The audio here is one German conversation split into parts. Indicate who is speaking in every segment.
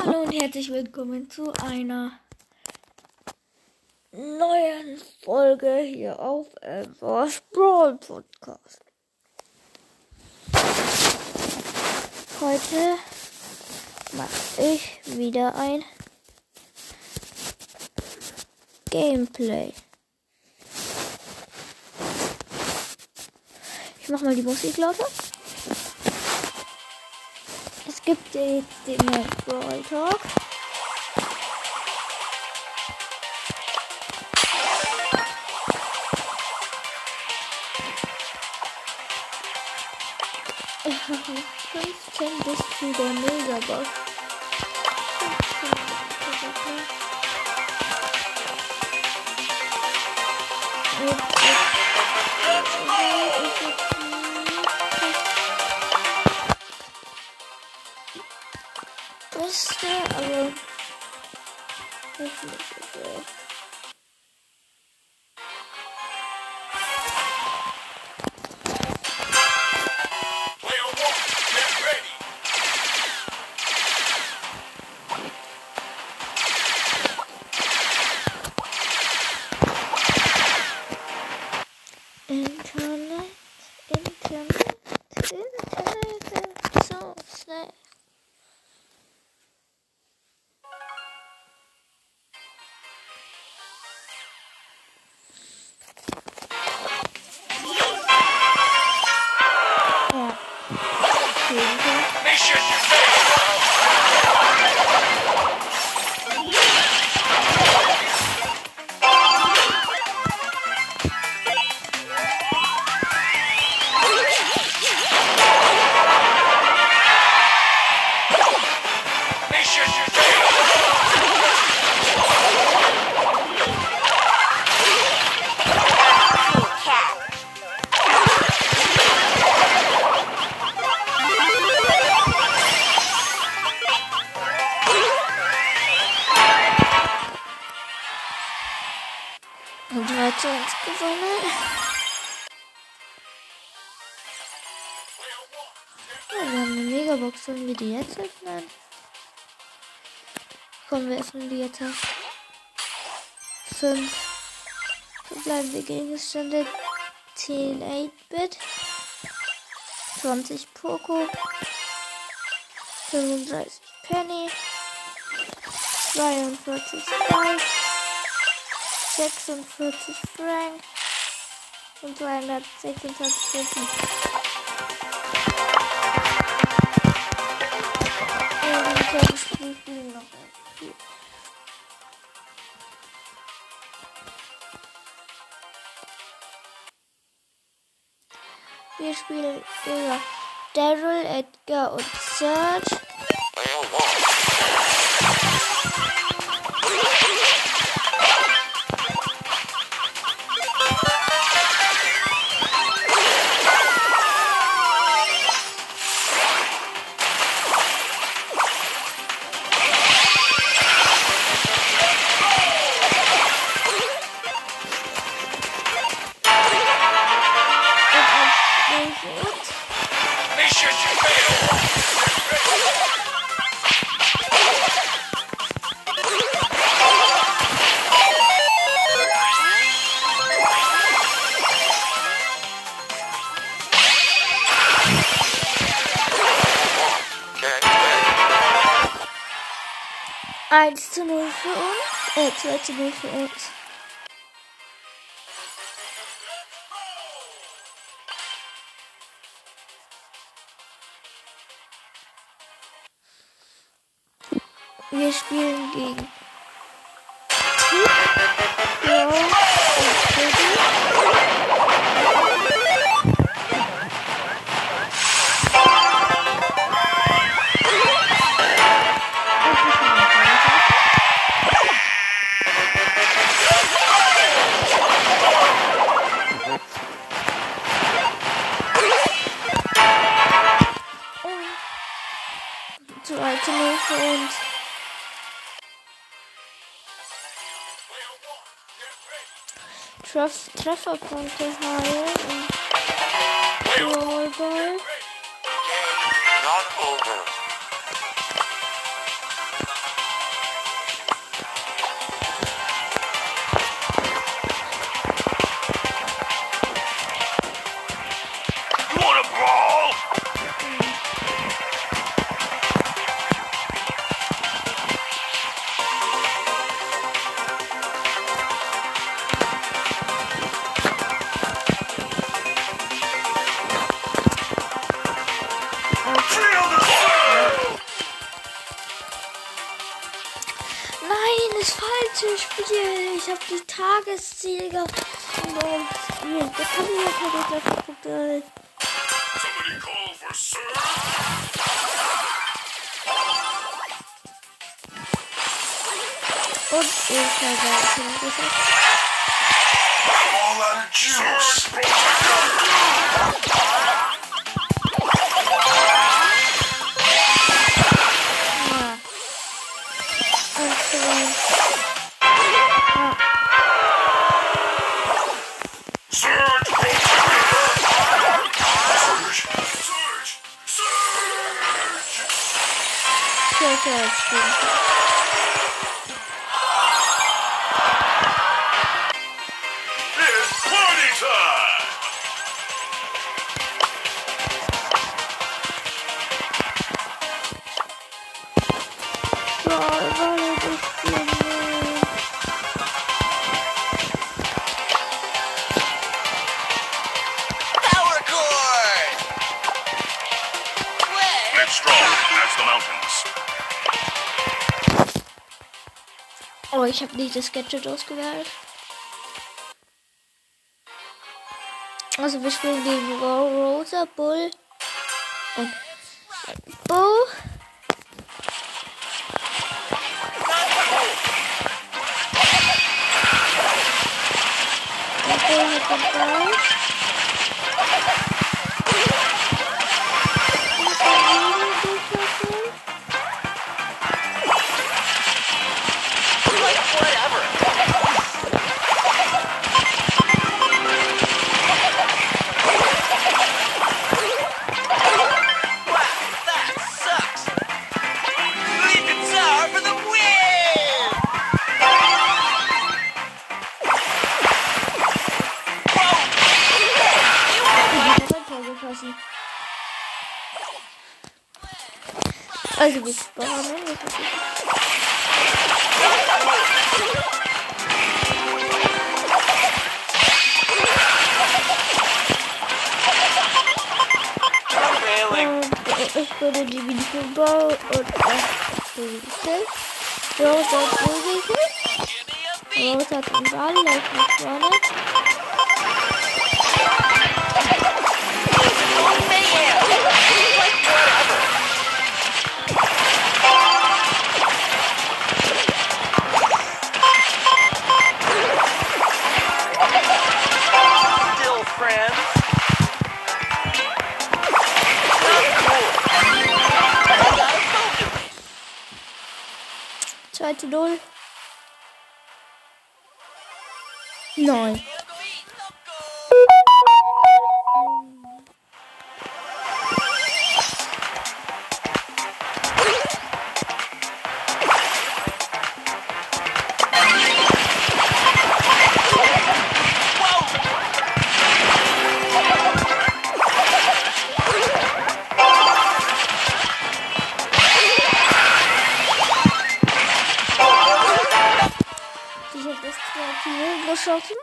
Speaker 1: Hallo und herzlich willkommen zu einer neuen Folge hier auf Evers Brawl Podcast. Heute mache ich wieder ein Gameplay. Ich mache mal die Musik lauter. Es gibt jetzt den neuen Brawl Talk. Ich habe noch 15 bis zu der Megabox. Beste, aber das ist nicht so. Internet, so schnell. Und 3:1 gewonnen. Oh, wir haben eine Megabox. Sollen wir die jetzt öffnen? Kommen wir öffnen die jetzt. 5 verbleibende Gegenstände. 10 8-Bit. 20 Poco. 35 Penny. 42 Spike. 46 Frank und 226 Cent. Und spielen noch ein Spiel. Wir spielen über Daryl, Edgar und Serge. Eins zu 0 für uns. 2 zu 0 für uns. Wir spielen gegen Tick, Bro und Baby. Für uns. Trefferpunkte heilen und Brawlball. das falsche Spiel. Ich habe die Tagessieger. Nee, das kann ich jetzt nicht gleich geguckt. Und ich habe gesagt.
Speaker 2: All out of juice.
Speaker 1: Ja. Und so. Ja.
Speaker 2: Surge!
Speaker 1: So jetzt spielen.
Speaker 2: It's party time!
Speaker 1: Ja, warte, das spielen.
Speaker 3: Power chord!
Speaker 2: Live strong as the mountains.
Speaker 1: Oh, ich habe nicht das Gadget ausgewählt. Also wir spielen gegen Rosa, Bull und Bo. Der Bull hat den Ball.
Speaker 3: Like, whatever. Wow, that sucks. Lead guitar for the win!
Speaker 1: Also wir spawnen. Ich würde die Videobau und Rosa hat Ulrike. Rosa hat den Ball, läuft nach vorne.
Speaker 3: Still friends.
Speaker 1: 2:0. Nein. Ich habe das 2:0 geschossen.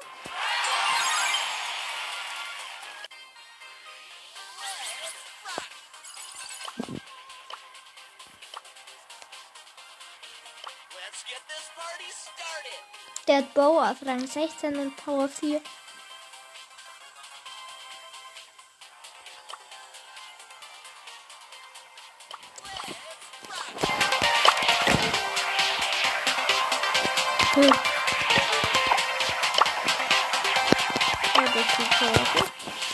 Speaker 3: Let's get this party started.
Speaker 1: Der hat Bow auf Rang 16 und Power 4. Hm. Ja, das ist Power.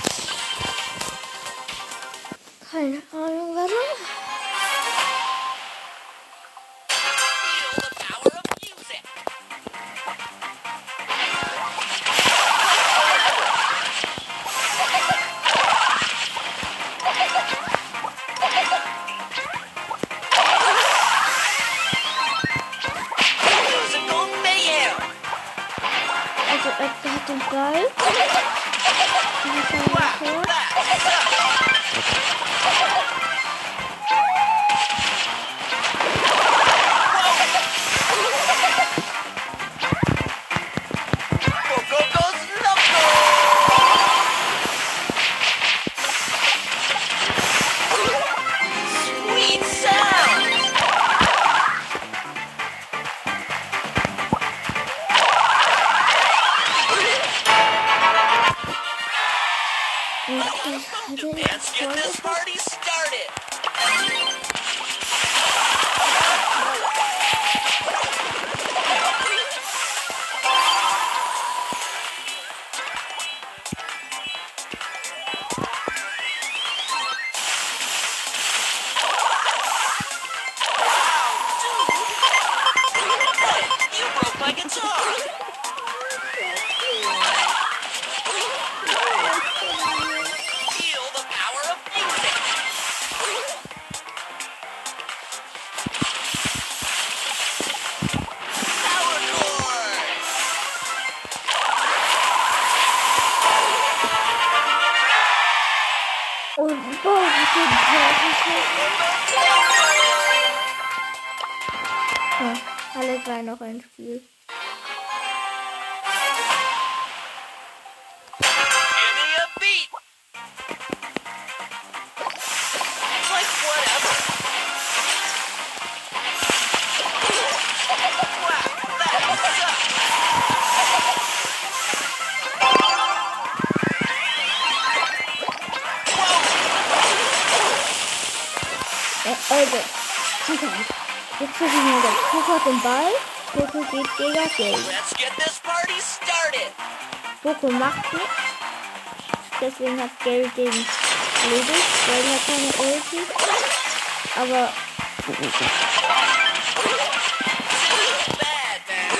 Speaker 1: Keine Ahnung warum.
Speaker 3: Feel the power of music. Musical mayhem.
Speaker 1: Also er hat den Ball. Und ich habe
Speaker 3: Wow,
Speaker 1: Tor.
Speaker 3: that sucks.
Speaker 1: Alle drei noch ein Spiel.
Speaker 3: Give me a beat. It's like whatever. Wow, that sucks.
Speaker 1: Also, jetzt versuchen wir das. Coco hat den Ball. Coco geht gegen Geld.
Speaker 3: Let's get this party started.
Speaker 1: Coco macht nichts. Deswegen hat Geld den erledigt. Geld hat keine Ulti. Aber
Speaker 3: Bad, man.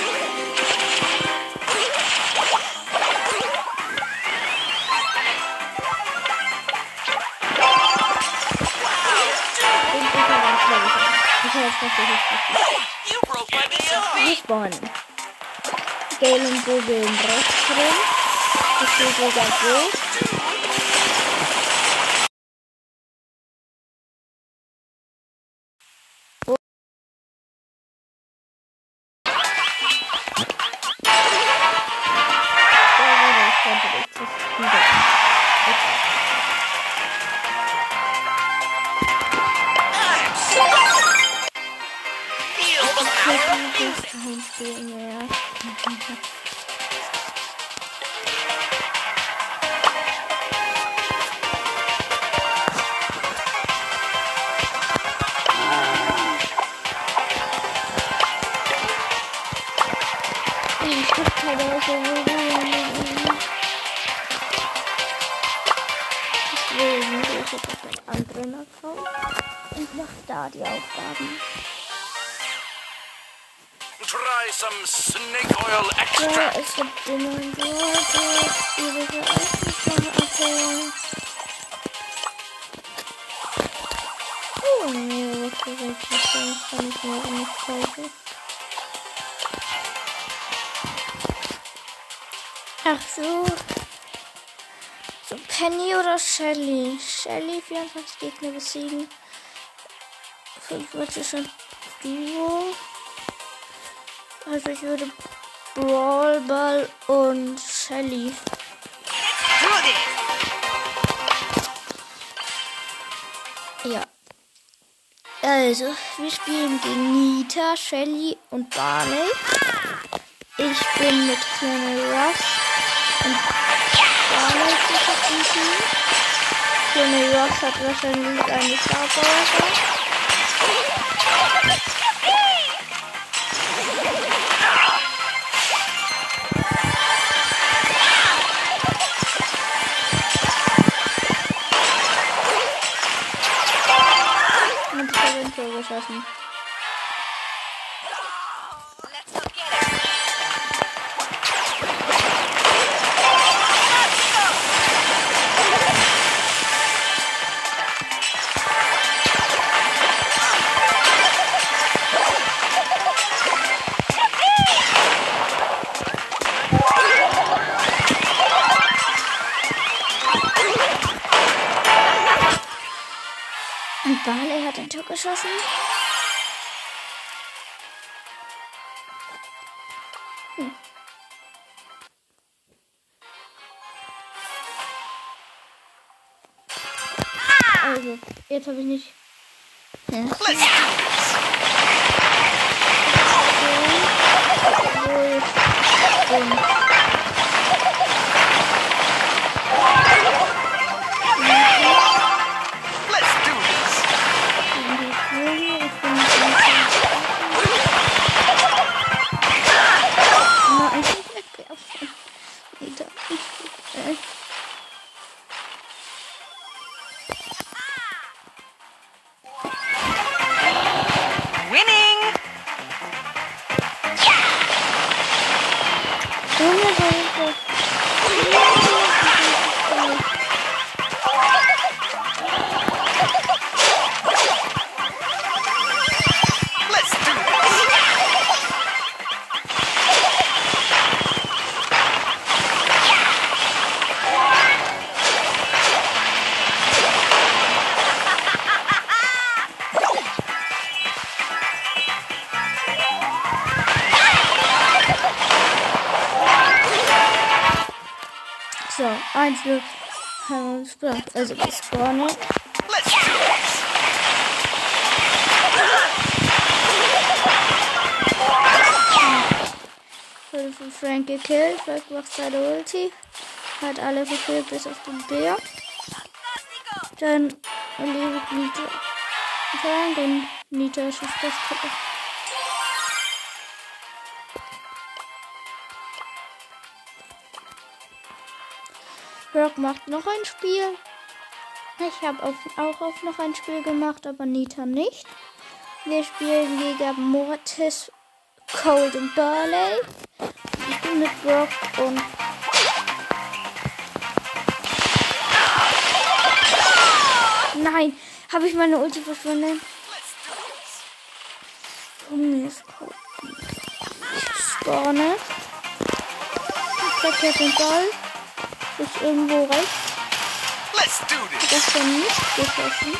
Speaker 1: ich habe ganz klar gesagt. Ich habe jetzt tatsächlich
Speaker 3: You broke my DLB.
Speaker 1: gespawnt. Gale und Bo bilden rechts drin. Ich stehe sogar so.
Speaker 3: Feel the power of music.
Speaker 1: Ich hab keine Deswegen gehe ich jetzt auf einen anderen Account und mach da die Aufgaben.
Speaker 2: Try some snake oil
Speaker 1: Ja,
Speaker 2: extract.
Speaker 1: es gibt immer ein Wort, diese einfache Appell. Oh, nee, was für welche kann ich mir nicht kaufen. Ach so. So, Penny oder Shelly? Shelly, 24 Gegner besiegen. 5 Matches Duo. Also ich würde Brawl Ball und Shelly. Ja. Also, wir spielen gegen Nita, Shelly und Barley. Ich bin mit Colonel Ruff und Barley im Team. Colonel Ruff hat wahrscheinlich eine Starpower. Und ich habe ein Tor geschossen.
Speaker 3: Let's go get it.
Speaker 1: Und Barley hat ein Tor geschossen. Also, jetzt habe ich nicht. Ja.
Speaker 3: Let's do this. Winning. Let's do this.
Speaker 1: 1-0 haben wir uns gebracht. Also wir spawnen.
Speaker 2: Let's do this.
Speaker 1: Wurde von Frank gekillt. Frank macht seine Ulti. Hat alle gekillt bis auf den Bär. Dann erledigt Nita Frank und Nita schafft das Tor. Brock macht noch ein Spiel. Ich habe auch auf noch ein Spiel gemacht, aber Nita nicht. Wir spielen gegen Mortis, Cold und Barley. Ich bin mit Brock und nein, habe ich meine Ulti verschwunden? Ich spawne. Ich verkehre den Ball. Ist irgendwo rechts.
Speaker 2: Let's do this.
Speaker 1: Das war nicht geschossen.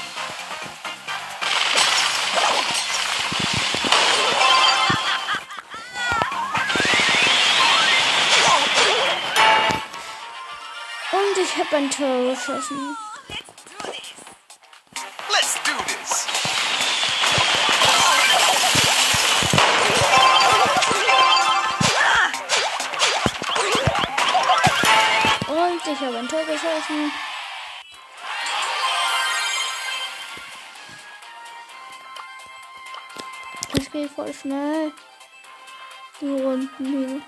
Speaker 1: Und ich habe ein Tor geschossen.
Speaker 2: Let's do this.
Speaker 1: Und ich habe ein Tor geschossen. Es geht voll schnell. Die Runden hier.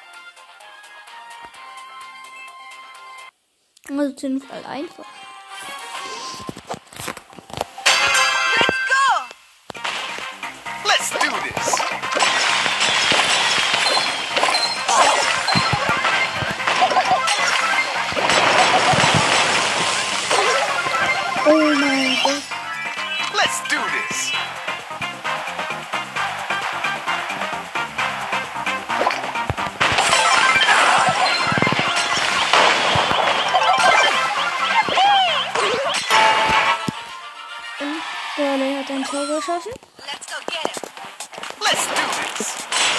Speaker 1: Also sind voll einfach.
Speaker 2: Let's do this.
Speaker 1: Oh mein Gott.
Speaker 2: Let's do this.
Speaker 1: Und Barley hat ein Tor geschossen.
Speaker 3: Let's go get him.
Speaker 2: Let's do this.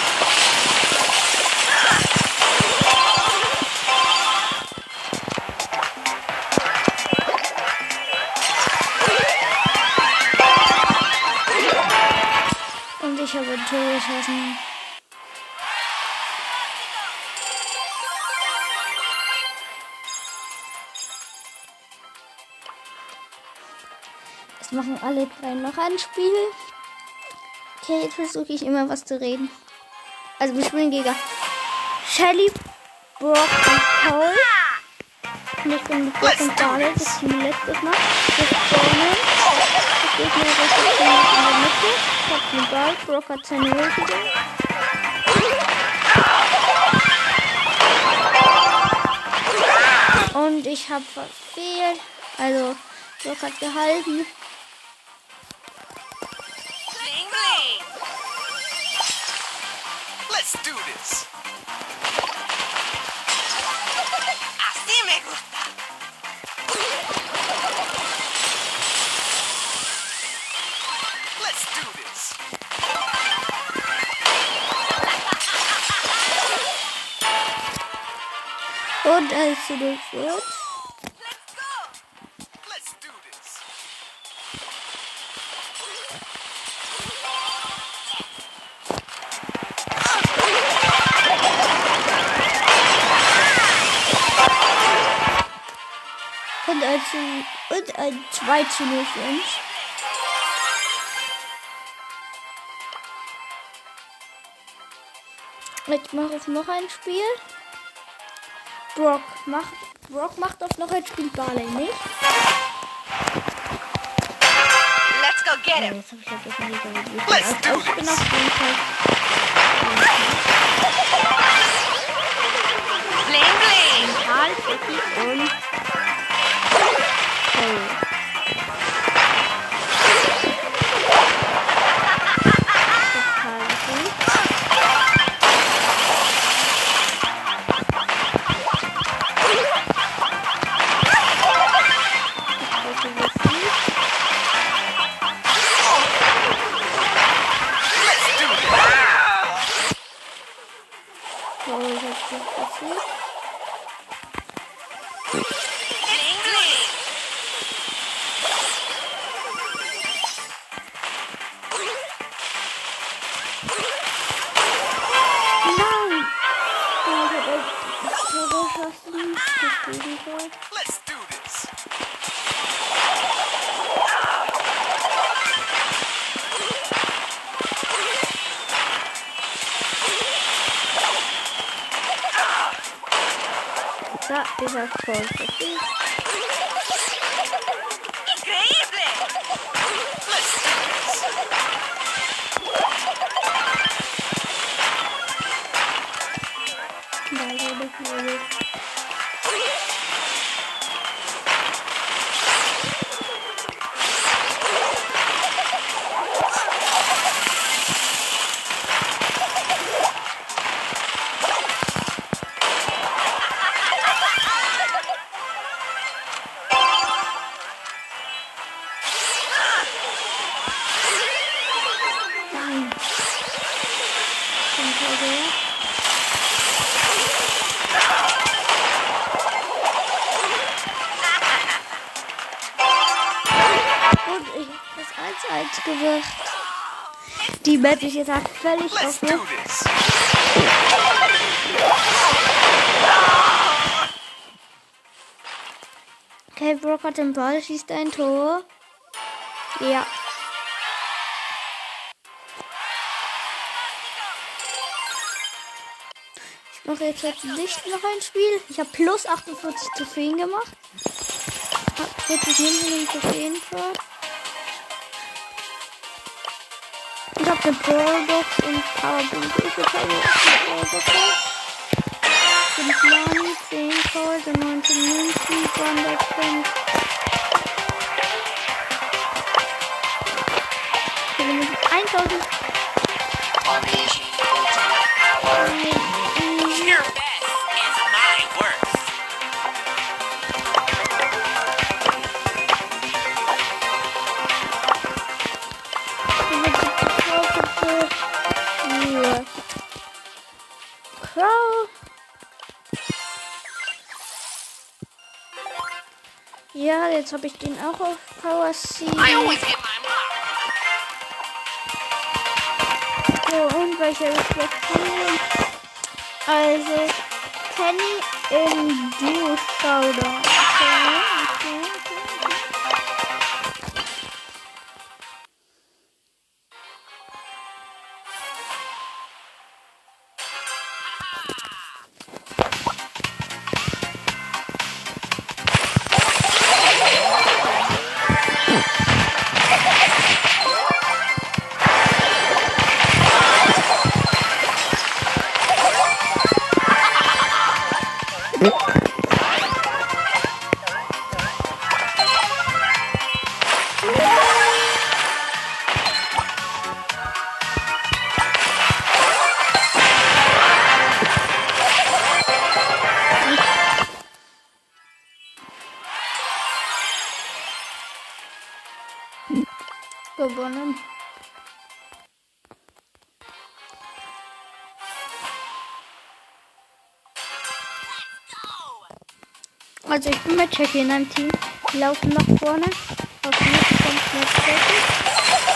Speaker 1: Und ich habe ein Tor geschossen. Jetzt machen alle drei noch ein Spiel. Okay, jetzt versuche ich immer was zu reden. Also wir spielen gegen Shelly, Brock und Cole. Und ich bin mit Brock und Barley, das Team letztes Mal. Wir spawnen. Ich gehe mir das Team in der Mitte. Ich hab den Ball, Brock hat seine Ulti. Und ich habe verfehlt. Also, Brock hat gehalten.
Speaker 3: Bling bling.
Speaker 2: Let's do this.
Speaker 3: Así me gusta.
Speaker 2: Let's do this.
Speaker 1: Und als du durchführt.
Speaker 2: Let's do this.
Speaker 1: Und ein 2:0 für uns. Ich mache auf noch ein Spiel. Brock macht auf noch ein Spiel, Barley nicht.
Speaker 3: Let's go get him.
Speaker 1: Jetzt habe ich vergessen, wie ich
Speaker 2: Let's do
Speaker 1: ich bin
Speaker 2: this.
Speaker 1: auf jeden Fall.
Speaker 3: Bling bling.
Speaker 1: Karl, Becky und kriegen soll.
Speaker 2: Let's do this.
Speaker 1: Da ist er voll verfehlt.
Speaker 3: ¡Increíble!
Speaker 2: Let's do this.
Speaker 1: Nein. Kommt er her? Und ich habe das 1-1 gewirkt. Die Map ist jetzt halt völlig
Speaker 2: Let's do
Speaker 1: offen.
Speaker 2: this.
Speaker 1: Okay, Brock hat den Ball, schießt ein Tor. Ja. Ich mache jetzt nicht noch ein Spiel. Ich habe plus 48 Trophäen gemacht. Jetzt ist nicht in den Trophäenfahrt. Ich habe eine Powerbox und Powerpunkte. Ich habe eine Powerbox. 5 Money, 10 Calls und 19 Münzen, 205. Ich habe mit 1000.
Speaker 3: Your best is my worst.
Speaker 1: Crow. Ja, jetzt habe ich den auch auf Power C.
Speaker 3: I always hit my mark.
Speaker 1: So, und welcher ist jetzt Penny? Also, Penny im Duo-Showdown. Okay. Gewonnen. Also ich bin mit Jackie in einem Team. Die laufen nach vorne. Auf mich kommt mit Jackie.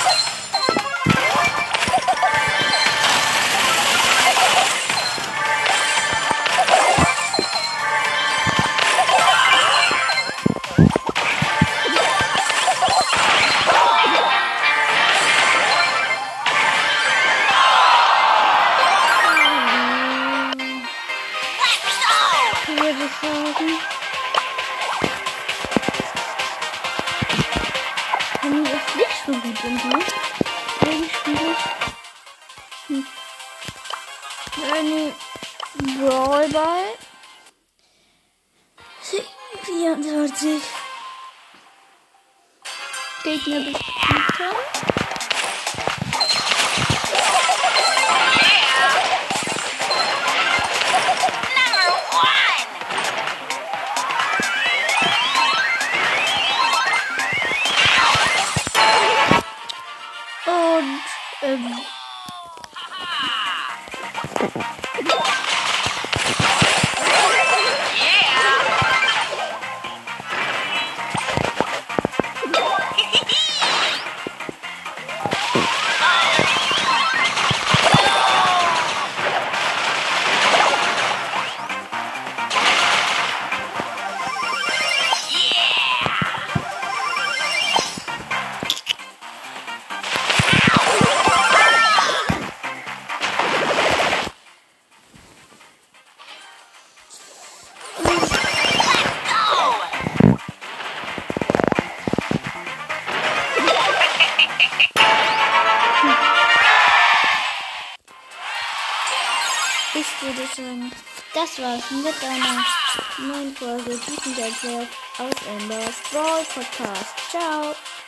Speaker 1: Würde ich sagen. Penny ist nicht so gut im Buch. Deswegen spiele ich Penny Brawlball. 44. Gegner besiegt haben. Und Ich würde sagen, das war's mit einer neuen Folge Diefenberg aus Ambers Brawl Podcast. Ciao!